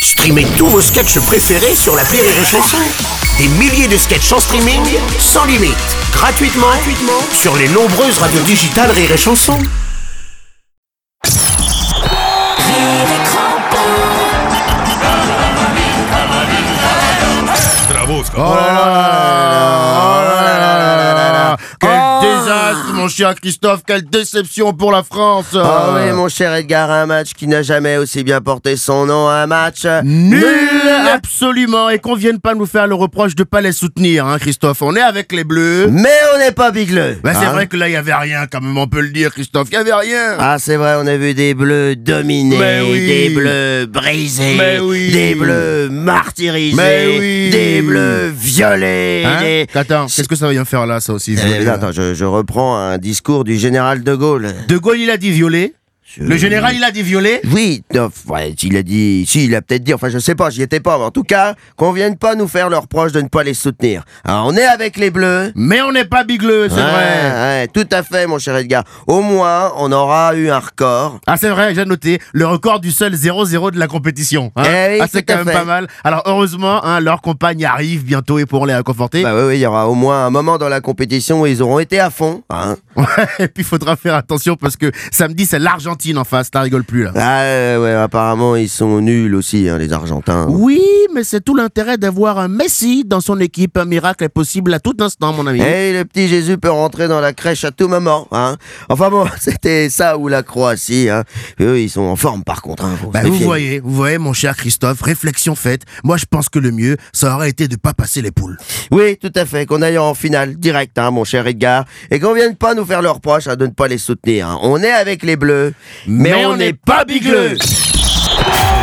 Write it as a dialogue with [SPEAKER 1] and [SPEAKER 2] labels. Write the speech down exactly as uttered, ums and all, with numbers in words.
[SPEAKER 1] Streamez tous vos sketchs préférés sur l'appli Rire et Chanson. Des milliers de sketchs en streaming, sans limite, gratuitement, gratuitement sur les nombreuses radios digitales Rire et Chanson.
[SPEAKER 2] Oh là là, oh là là là là là. Quel
[SPEAKER 3] Oh.
[SPEAKER 2] désastre, mon cher Christophe, quelle déception pour la France.
[SPEAKER 3] Ah oui, mon cher Edgar, un match qui n'a jamais aussi bien porté son nom, un match
[SPEAKER 2] Nul, absolument, et qu'on vienne pas nous faire le reproche de pas les soutenir, hein, Christophe. On est avec les Bleus.
[SPEAKER 3] Mais on n'est pas bigleux.
[SPEAKER 2] Bah, c'est
[SPEAKER 3] hein.
[SPEAKER 2] vrai que là, il y avait rien, quand même, on peut le dire, Christophe, il y avait rien.
[SPEAKER 3] Ah, c'est vrai, on a vu des bleus dominés,
[SPEAKER 2] Mais oui.
[SPEAKER 3] des bleus brisés,
[SPEAKER 2] Mais oui.
[SPEAKER 3] des bleus martyrisés,
[SPEAKER 2] Mais oui.
[SPEAKER 3] des bleus violés.
[SPEAKER 2] Hein
[SPEAKER 3] des...
[SPEAKER 2] Attends, qu'est-ce que ça vient faire là, ça aussi
[SPEAKER 3] Euh,
[SPEAKER 2] violer,
[SPEAKER 3] non,
[SPEAKER 2] là
[SPEAKER 3] attends, je, je reprends un discours du général de Gaulle.
[SPEAKER 2] De Gaulle, il a dit violer. Le général, il a dit violer.
[SPEAKER 3] Oui, non, ouais, il a dit, si, il a peut-être dit, enfin je sais pas, j'y étais pas, mais en tout cas, qu'on vienne pas nous faire le reproche de ne pas les soutenir. Alors, on est avec les Bleus.
[SPEAKER 2] Mais on n'est pas bigleux, c'est
[SPEAKER 3] Ouais,
[SPEAKER 2] vrai.
[SPEAKER 3] ouais, tout à fait, mon cher Edgar. Au moins, on aura eu un record.
[SPEAKER 2] Ah, c'est vrai, j'ai noté le record du seul zéro zéro de la compétition. Hein.
[SPEAKER 3] Eh oui,
[SPEAKER 2] ah, c'est
[SPEAKER 3] tout à
[SPEAKER 2] quand même
[SPEAKER 3] fait.
[SPEAKER 2] pas mal. Alors, heureusement, hein, leurs compagnes arrivent bientôt et pourront les réconforter.
[SPEAKER 3] Bah oui, oui, il y aura au moins un moment dans la compétition où ils auront été à fond. Hein.
[SPEAKER 2] Ouais, et puis il faudra faire attention parce que samedi, c'est l'Argentine en face, t'as rigole plus là.
[SPEAKER 3] Ah ouais, ouais, apparemment, ils sont nuls aussi, hein, les Argentins.
[SPEAKER 2] Oui, mais c'est tout l'intérêt d'avoir un Messi dans son équipe. Un miracle est possible à tout instant, mon ami.
[SPEAKER 3] Et le petit Jésus peut rentrer dans la crèche à tout moment. Hein. Enfin bon, c'était ça ou la Croatie. Hein. Eux, ils sont en forme par contre. Hein, faut
[SPEAKER 2] Bah,
[SPEAKER 3] se
[SPEAKER 2] vous
[SPEAKER 3] méfier.
[SPEAKER 2] voyez, vous voyez, mon cher Christophe, réflexion faite. Moi, je pense que le mieux, ça aurait été de pas passer les poules.
[SPEAKER 3] Oui, tout à fait, qu'on aille en finale direct, hein, mon cher Edgar, et qu'on vienne pas nous faire le reproche hein, de ne pas les soutenir. Hein. On est avec les Bleus, mais, on n'est pas bigleux.